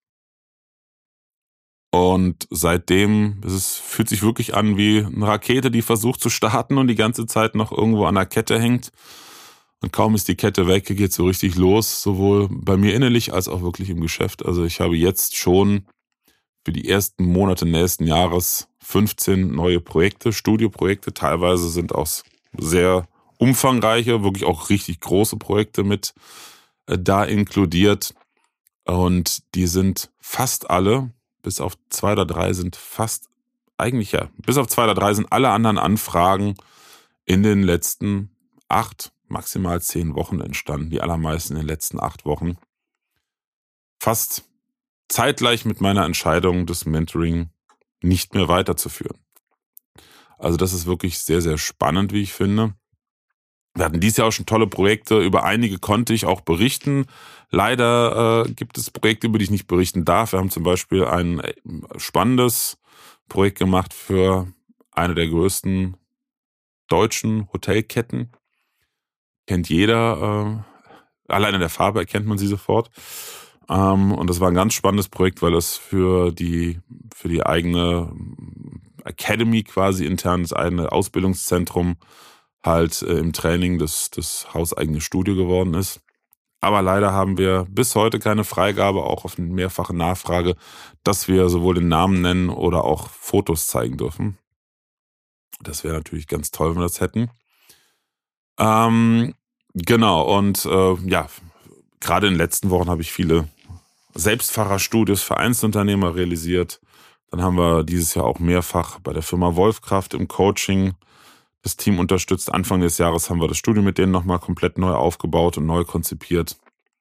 Und seitdem, es fühlt sich wirklich an wie eine Rakete, die versucht zu starten und die ganze Zeit noch irgendwo an der Kette hängt. Und kaum ist die Kette weg, geht so richtig los, sowohl bei mir innerlich als auch wirklich im Geschäft. Also ich habe jetzt schon für die ersten Monate nächsten Jahres fünfzehn neue Projekte, Studioprojekte. Teilweise sind auch sehr umfangreiche, wirklich auch richtig große Projekte mit da inkludiert. Und die sind fast alle, bis auf zwei oder drei sind fast, eigentlich ja, bis auf zwei oder drei sind alle anderen Anfragen in den letzten acht, maximal zehn Wochen entstanden. Die allermeisten in den letzten acht Wochen. Fast zeitgleich mit meiner Entscheidung, das Mentoring nicht mehr weiterzuführen. Also das ist wirklich sehr, sehr spannend, wie ich finde. Wir hatten dieses Jahr auch schon tolle Projekte, über einige konnte ich auch berichten. Leider äh, gibt es Projekte, über die ich nicht berichten darf. Wir haben zum Beispiel ein spannendes Projekt gemacht für eine der größten deutschen Hotelketten. Kennt jeder, äh, allein in der Farbe erkennt man sie sofort. Ähm, und das war ein ganz spannendes Projekt, weil es für die, für die eigene Academy quasi intern, das eigene Ausbildungszentrum halt äh, im Training das, das hauseigene Studio geworden ist. Aber leider haben wir bis heute keine Freigabe, auch auf eine mehrfache Nachfrage, dass wir sowohl den Namen nennen oder auch Fotos zeigen dürfen. Das wäre natürlich ganz toll, wenn wir das hätten. Ähm, genau, und äh, ja, gerade in den letzten Wochen habe ich viele Selbstfahrerstudios für Einzelunternehmer realisiert. Dann haben wir dieses Jahr auch mehrfach bei der Firma Wolfkraft im Coaching das Team unterstützt. Anfang des Jahres haben wir das Studio mit denen nochmal komplett neu aufgebaut und neu konzipiert.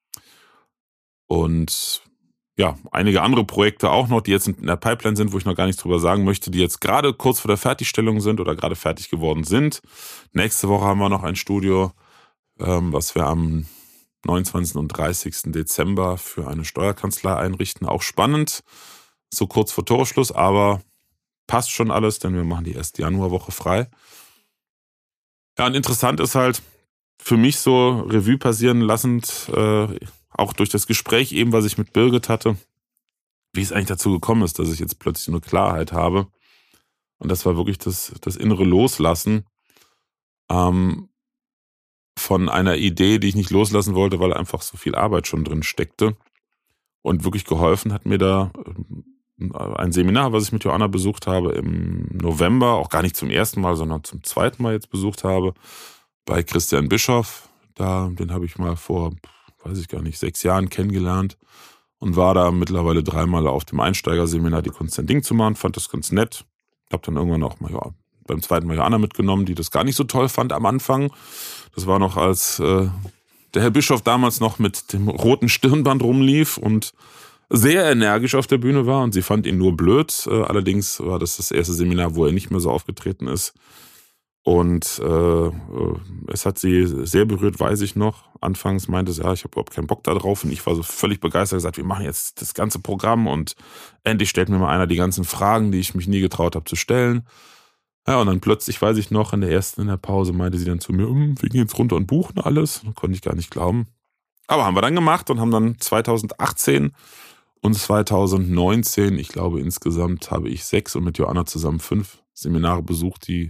Und ja, einige andere Projekte auch noch, die jetzt in der Pipeline sind, wo ich noch gar nichts drüber sagen möchte, die jetzt gerade kurz vor der Fertigstellung sind oder gerade fertig geworden sind. Nächste Woche haben wir noch ein Studio, ähm, was wir am neunundzwanzigsten und dreißigsten Dezember für eine Steuerkanzlei einrichten. Auch spannend, so kurz vor Torschluss, aber passt schon alles, denn wir machen die erste Januarwoche frei. Ja, und interessant ist halt für mich so Revue passieren lassend, äh, auch durch das Gespräch eben, was ich mit Birgit hatte, wie es eigentlich dazu gekommen ist, dass ich jetzt plötzlich eine Klarheit habe. Und das war wirklich das, das innere Loslassen ähm, von einer Idee, die ich nicht loslassen wollte, weil einfach so viel Arbeit schon drin steckte. Und wirklich geholfen hat mir da ein Seminar, was ich mit Joanna besucht habe im November, auch gar nicht zum ersten Mal, sondern zum zweiten Mal jetzt besucht habe, bei Christian Bischoff. Da, den habe ich mal vor, weiß ich gar nicht, sechs Jahren kennengelernt und war da mittlerweile dreimal auf dem Einsteigerseminar, die Kunst ein Ding zu machen, fand das ganz nett. Hab dann irgendwann auch mal, ja, beim zweiten Mal Joanna mitgenommen, die das gar nicht so toll fand am Anfang. Das war noch, als äh, der Herr Bischoff damals noch mit dem roten Stirnband rumlief und sehr energisch auf der Bühne war und sie fand ihn nur blöd. Allerdings war das das erste Seminar, wo er nicht mehr so aufgetreten ist. Und äh, es hat sie sehr berührt, weiß ich noch. Anfangs meinte sie, ja, ich habe überhaupt keinen Bock da drauf. Und ich war so völlig begeistert, gesagt, wir machen jetzt das ganze Programm und endlich stellt mir mal einer die ganzen Fragen, die ich mich nie getraut habe zu stellen. Ja, und dann plötzlich, weiß ich noch, in der ersten, in der Pause meinte sie dann zu mir, hm, wir gehen jetzt runter und buchen alles. Das konnte ich gar nicht glauben. Aber haben wir dann gemacht und haben dann zweitausendachtzehn und zweitausendneunzehn, ich glaube insgesamt habe ich sechs und mit Joanna zusammen fünf Seminare besucht, die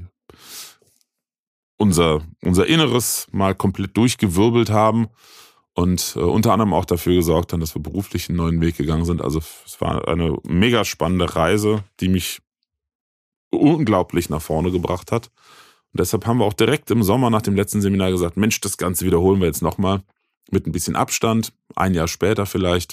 unser, unser Inneres mal komplett durchgewirbelt haben und äh, unter anderem auch dafür gesorgt haben, dass wir beruflich einen neuen Weg gegangen sind. Also es war eine mega spannende Reise, die mich unglaublich nach vorne gebracht hat. Und deshalb haben wir auch direkt im Sommer nach dem letzten Seminar gesagt, Mensch, das Ganze wiederholen wir jetzt nochmal mit ein bisschen Abstand, ein Jahr später vielleicht.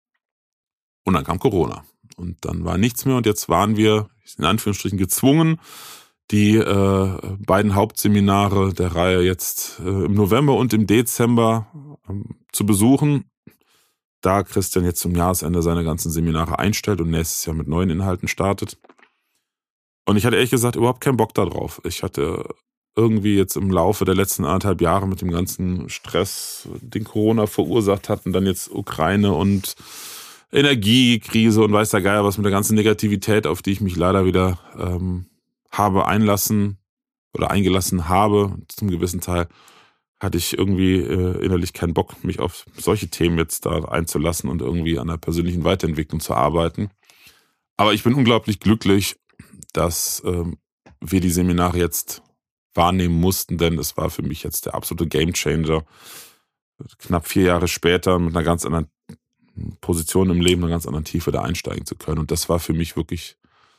Und dann kam Corona. Und dann war nichts mehr und jetzt waren wir in Anführungsstrichen gezwungen, die äh, beiden Hauptseminare der Reihe jetzt äh, im November und im Dezember ähm, zu besuchen, da Christian jetzt zum Jahresende seine ganzen Seminare einstellt und nächstes Jahr mit neuen Inhalten startet. Und ich hatte ehrlich gesagt überhaupt keinen Bock da drauf. Ich hatte irgendwie jetzt im Laufe der letzten anderthalb Jahre mit dem ganzen Stress, den Corona verursacht hat und dann jetzt Ukraine und Energiekrise und weiß der Geier was mit der ganzen Negativität, auf die ich mich leider wieder ähm, habe einlassen oder eingelassen habe, zum gewissen Teil, hatte ich irgendwie äh, innerlich keinen Bock, mich auf solche Themen jetzt da einzulassen und irgendwie an der persönlichen Weiterentwicklung zu arbeiten. Aber ich bin unglaublich glücklich, dass ähm, wir die Seminare jetzt wahrnehmen mussten, denn es war für mich jetzt der absolute Gamechanger, knapp vier Jahre später mit einer ganz anderen Position im Leben, einer ganz anderen Tiefe da einsteigen zu können. Und das war für mich wirklich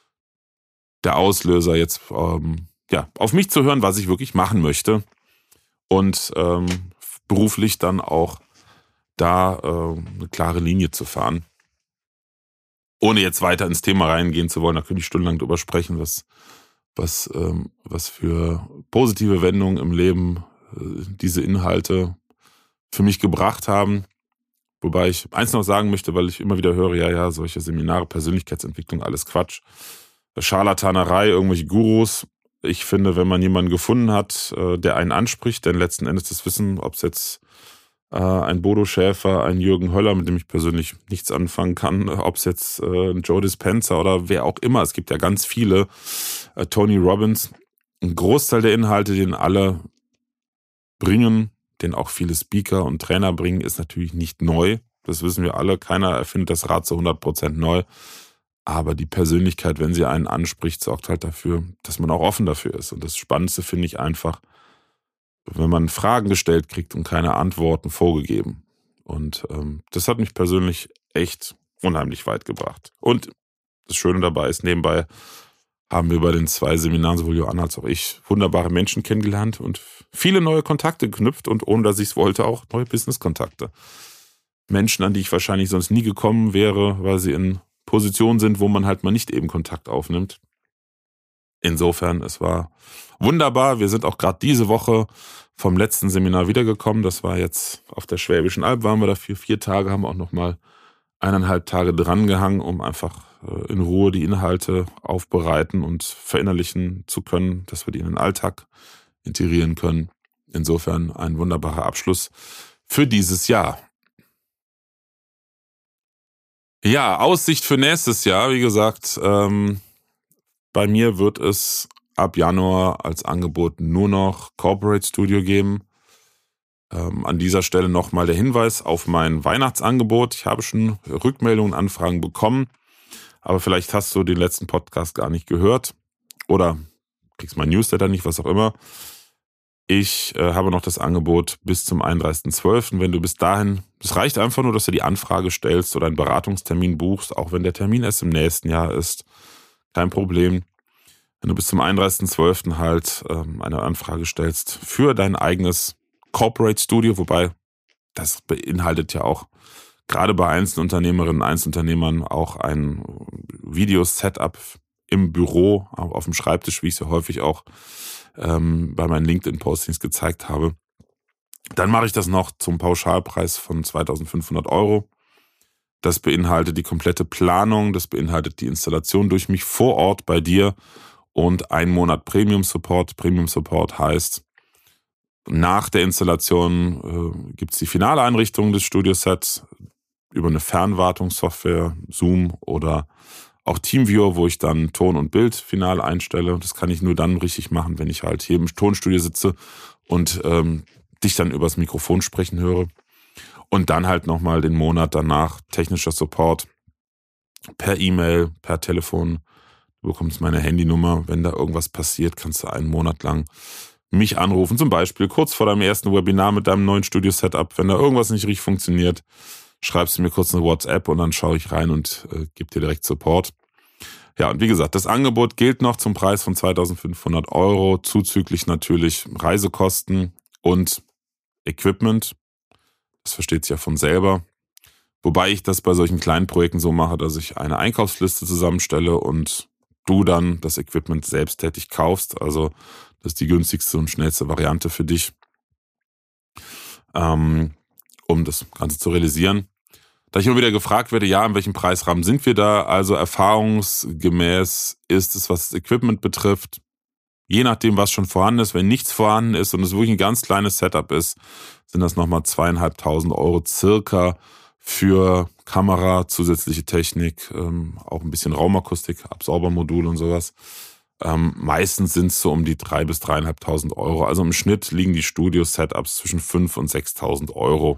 der Auslöser, jetzt ähm, ja, auf mich zu hören, was ich wirklich machen möchte und ähm, beruflich dann auch da äh, eine klare Linie zu fahren. Ohne jetzt weiter ins Thema reingehen zu wollen, da könnte ich stundenlang drüber sprechen, was, was, ähm, was für positive Wendungen im Leben äh, diese Inhalte für mich gebracht haben. Wobei ich eins noch sagen möchte, weil ich immer wieder höre, ja, ja, solche Seminare, Persönlichkeitsentwicklung, alles Quatsch. Scharlatanerei, irgendwelche Gurus. Ich finde, wenn man jemanden gefunden hat, der einen anspricht, denn letzten Endes das Wissen, ob es jetzt ein Bodo Schäfer, ein Jürgen Höller, mit dem ich persönlich nichts anfangen kann, ob es jetzt ein Joe Dispenza oder wer auch immer, es gibt ja ganz viele, Tony Robbins, ein Großteil der Inhalte, den alle bringen, den auch viele Speaker und Trainer bringen, ist natürlich nicht neu. Das wissen wir alle. Keiner erfindet das Rad zu hundert Prozent neu. Aber die Persönlichkeit, wenn sie einen anspricht, sorgt halt dafür, dass man auch offen dafür ist. Und das Spannendste finde ich einfach, wenn man Fragen gestellt kriegt und keine Antworten vorgegeben. Und ähm, das hat mich persönlich echt unheimlich weit gebracht. Und das Schöne dabei ist, nebenbei haben wir bei den zwei Seminaren, sowohl Joanna als auch ich, wunderbare Menschen kennengelernt und viele neue Kontakte geknüpft und ohne dass ich es wollte, auch neue Business-Kontakte. Menschen, an die ich wahrscheinlich sonst nie gekommen wäre, weil sie in Positionen sind, wo man halt mal nicht eben Kontakt aufnimmt. Insofern, es war wunderbar. Wir sind auch gerade diese Woche vom letzten Seminar wiedergekommen. Das war jetzt auf der Schwäbischen Alb, waren wir dafür vier Tage, haben auch nochmal eineinhalb Tage drangehangen, um einfach in Ruhe die Inhalte aufbereiten und verinnerlichen zu können, dass wir die in den Alltag integrieren können. Insofern ein wunderbarer Abschluss für dieses Jahr. Ja, Aussicht für nächstes Jahr, wie gesagt, ähm, bei mir wird es ab Januar als Angebot nur noch Corporate Studio geben. Ähm, an dieser Stelle nochmal der Hinweis auf mein Weihnachtsangebot. Ich habe schon Rückmeldungen, Anfragen bekommen, aber vielleicht hast du den letzten Podcast gar nicht gehört oder kriegst mein Newsletter nicht, was auch immer. Ich äh, habe noch das Angebot bis zum einunddreißigsten zwölften Wenn du bis dahin, es reicht einfach nur, dass du die Anfrage stellst oder einen Beratungstermin buchst, auch wenn der Termin erst im nächsten Jahr ist. Kein Problem. Wenn du bis zum einunddreißigsten zwölften halt ähm, eine Anfrage stellst für dein eigenes Corporate Studio, wobei das beinhaltet ja auch gerade bei Einzelunternehmerinnen und Einzelunternehmern auch ein Video-Setup im Büro, auf dem Schreibtisch, wie ich es ja häufig auch ähm, bei meinen LinkedIn-Postings gezeigt habe. Dann mache ich das noch zum Pauschalpreis von zweitausendfünfhundert Euro. Das beinhaltet die komplette Planung, das beinhaltet die Installation durch mich vor Ort bei dir und ein Monat Premium Support. Premium Support heißt, nach der Installation äh, gibt es die finale Einrichtung des Studiosets über eine Fernwartungssoftware, Zoom oder auch TeamViewer, wo ich dann Ton und Bild final einstelle. Das kann ich nur dann richtig machen, wenn ich halt hier im Tonstudio sitze und ähm, dich dann übers Mikrofon sprechen höre. Und dann halt nochmal den Monat danach technischer Support per E-Mail, per Telefon. Du bekommst meine Handynummer. Wenn da irgendwas passiert, kannst du einen Monat lang mich anrufen. Zum Beispiel kurz vor deinem ersten Webinar mit deinem neuen Studio-Setup. Wenn da irgendwas nicht richtig funktioniert, schreibst du mir kurz eine WhatsApp und dann schaue ich rein und äh, gebe dir direkt Support. Ja, und wie gesagt, das Angebot gilt noch zum Preis von zweitausendfünfhundert Euro, zuzüglich natürlich Reisekosten und Equipment. Das versteht sich ja von selber. Wobei ich das bei solchen kleinen Projekten so mache, dass ich eine Einkaufsliste zusammenstelle und du dann das Equipment selbsttätig kaufst. Also das ist die günstigste und schnellste Variante für dich, ähm, um das Ganze zu realisieren. Da ich immer wieder gefragt werde, ja, in welchem Preisrahmen sind wir da? Also erfahrungsgemäß ist es, was das Equipment betrifft, je nachdem, was schon vorhanden ist. Wenn nichts vorhanden ist und es wirklich ein ganz kleines Setup ist, sind das nochmal zweieinhalbtausend Euro circa für Kamera, zusätzliche Technik, ähm, auch ein bisschen Raumakustik, Absorbermodul und sowas. Ähm, meistens sind es so um die drei bis dreieinhalbtausend Euro. Also im Schnitt liegen die Studio-Setups zwischen fünf und sechstausend Euro.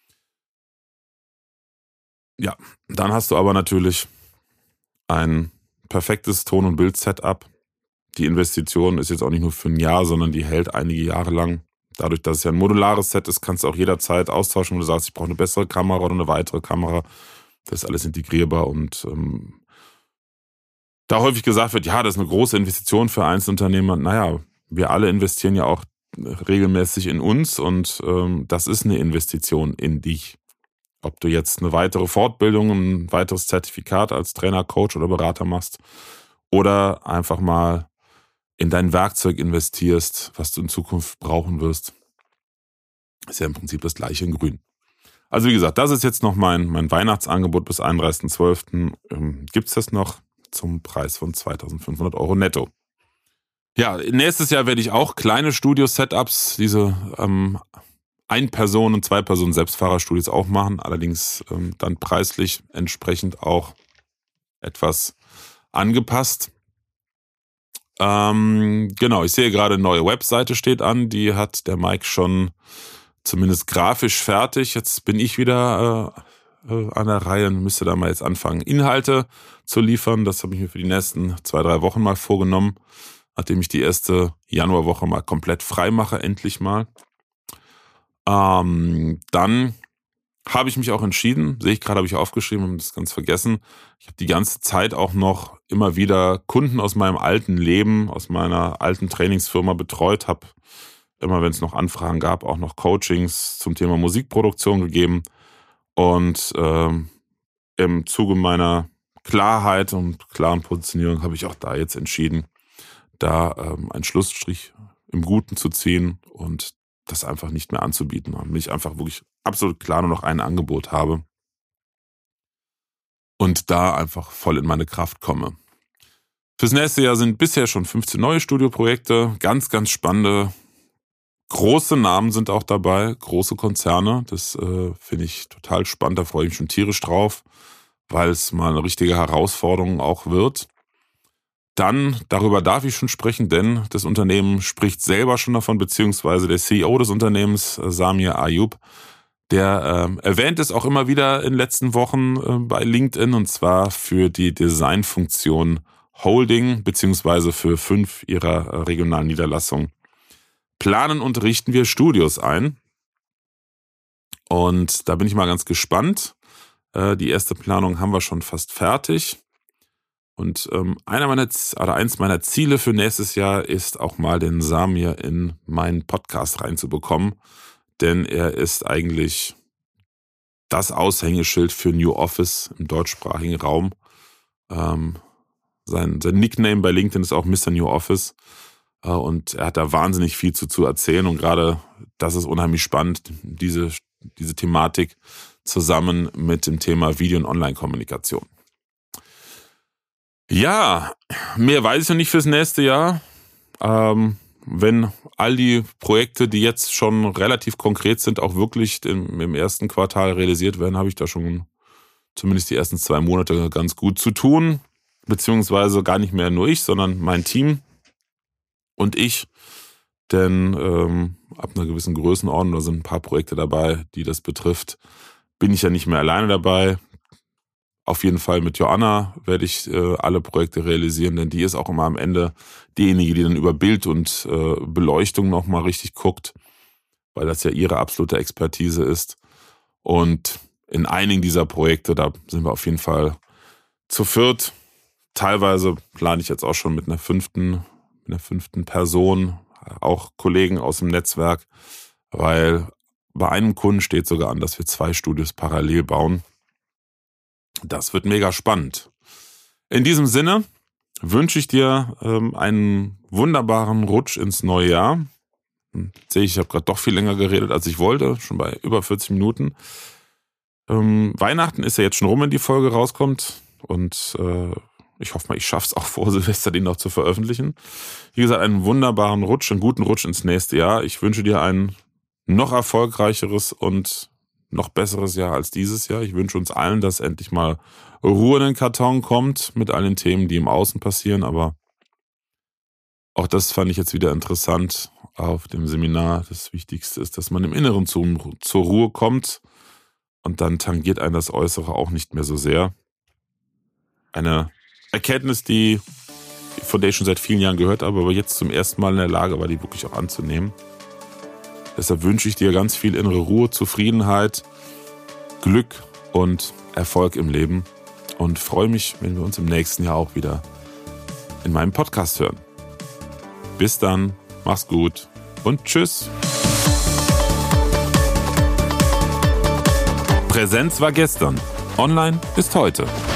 Ja, dann hast du aber natürlich ein perfektes Ton- und Bild-Setup. Die Investition ist jetzt auch nicht nur für ein Jahr, sondern die hält einige Jahre lang. Dadurch, dass es ja ein modulares Set ist, kannst du auch jederzeit austauschen, wenn du sagst, ich brauche eine bessere Kamera oder eine weitere Kamera. Das ist alles integrierbar und ähm, da häufig gesagt wird, ja, das ist eine große Investition für Einzelunternehmer. Naja, wir alle investieren ja auch regelmäßig in uns und ähm, das ist eine Investition in dich. Ob du jetzt eine weitere Fortbildung, ein weiteres Zertifikat als Trainer, Coach oder Berater machst oder einfach mal in dein Werkzeug investierst, was du in Zukunft brauchen wirst, ist ja im Prinzip das gleiche in grün. Also wie gesagt, das ist jetzt noch mein, mein Weihnachtsangebot bis einunddreißigsten zwölften Ähm, gibt es das noch zum Preis von zweitausendfünfhundert Euro netto. Ja, nächstes Jahr werde ich auch kleine Studio-Setups, diese ähm, Ein-Personen- und Zwei-Personen-Selbstfahrerstudios auch machen, allerdings ähm, dann preislich entsprechend auch etwas angepasst. Ähm, genau, ich sehe gerade, eine neue Webseite steht an, die hat der Mike schon zumindest grafisch fertig. Jetzt bin ich wieder äh, äh, an der Reihe und müsste da mal jetzt anfangen, Inhalte zu liefern. Das habe ich mir für die nächsten zwei, drei Wochen mal vorgenommen, nachdem ich die erste Januarwoche mal komplett frei mache, endlich mal. Ähm, dann habe ich mich auch entschieden, sehe ich gerade, habe ich aufgeschrieben, habe das ganz vergessen. Ich habe die ganze Zeit auch noch immer wieder Kunden aus meinem alten Leben, aus meiner alten Trainingsfirma betreut, habe immer, wenn es noch Anfragen gab, auch noch Coachings zum Thema Musikproduktion gegeben. Und ähm, im Zuge meiner Klarheit und klaren Positionierung habe ich auch da jetzt entschieden, da ähm, einen Schlussstrich im Guten zu ziehen und das einfach nicht mehr anzubieten, und mich einfach wirklich absolut klar nur noch ein Angebot habe und da einfach voll in meine Kraft komme. Fürs nächste Jahr sind bisher schon fünfzehn neue Studioprojekte, ganz, ganz spannende, große Namen sind auch dabei, große Konzerne, das äh, finde ich total spannend, da freue ich mich schon tierisch drauf, weil es mal eine richtige Herausforderung auch wird. Dann, darüber darf ich schon sprechen, denn das Unternehmen spricht selber schon davon, beziehungsweise der C E O des Unternehmens, Samir Ayub, der äh, erwähnt es auch immer wieder in den letzten Wochen äh, bei LinkedIn, und zwar für die Designfunktion Holding, beziehungsweise für fünf ihrer äh, regionalen Niederlassungen. Planen und richten wir Studios ein. Und da bin ich mal ganz gespannt. Äh, die erste Planung haben wir schon fast fertig. Und ähm, einer meiner, oder eins meiner Ziele für nächstes Jahr ist auch mal den Samir in meinen Podcast reinzubekommen, denn er ist eigentlich das Aushängeschild für New Office im deutschsprachigen Raum. Ähm, sein, sein Nickname bei LinkedIn ist auch Mister New Office äh, und er hat da wahnsinnig viel zu, zu erzählen und gerade das ist unheimlich spannend, diese, diese Thematik zusammen mit dem Thema Video- und Online-Kommunikation. Ja, mehr weiß ich noch nicht fürs nächste Jahr. Ähm, wenn all die Projekte, die jetzt schon relativ konkret sind, auch wirklich im, im ersten Quartal realisiert werden, habe ich da schon zumindest die ersten zwei Monate ganz gut zu tun. Beziehungsweise gar nicht mehr nur ich, sondern mein Team und ich. Denn ähm, ab einer gewissen Größenordnung, da sind ein paar Projekte dabei, die das betrifft, bin ich ja nicht mehr alleine dabei. Auf jeden Fall mit Joanna werde ich äh, alle Projekte realisieren, denn die ist auch immer am Ende diejenige, die dann über Bild und äh, Beleuchtung nochmal richtig guckt, weil das ja ihre absolute Expertise ist. Und in einigen dieser Projekte, da sind wir auf jeden Fall zu viert. Teilweise plane ich jetzt auch schon mit einer fünften, mit einer fünften Person, auch Kollegen aus dem Netzwerk, weil bei einem Kunden steht sogar an, dass wir zwei Studios parallel bauen. Das wird mega spannend. In diesem Sinne wünsche ich dir ähm, einen wunderbaren Rutsch ins neue Jahr. Hm, sehe ich, ich habe gerade doch viel länger geredet, als ich wollte, schon bei über vierzig Minuten. Ähm, Weihnachten ist ja jetzt schon rum, wenn die Folge rauskommt. Und äh, ich hoffe mal, ich schaffe es auch vor Silvester, den noch zu veröffentlichen. Wie gesagt, einen wunderbaren Rutsch, einen guten Rutsch ins nächste Jahr. Ich wünsche dir ein noch erfolgreicheres und noch besseres Jahr als dieses Jahr. Ich wünsche uns allen, dass endlich mal Ruhe in den Karton kommt mit allen Themen, die im Außen passieren. Aber auch das fand ich jetzt wieder interessant auf dem Seminar. Das Wichtigste ist, dass man im Inneren zum, zur Ruhe kommt und dann tangiert einen das Äußere auch nicht mehr so sehr. Eine Erkenntnis, die, von der ich schon seit vielen Jahren gehört habe, aber jetzt zum ersten Mal in der Lage war, die wirklich auch anzunehmen. Deshalb wünsche ich dir ganz viel innere Ruhe, Zufriedenheit, Glück und Erfolg im Leben und freue mich, wenn wir uns im nächsten Jahr auch wieder in meinem Podcast hören. Bis dann, mach's gut und tschüss. Präsenz war gestern, online ist heute.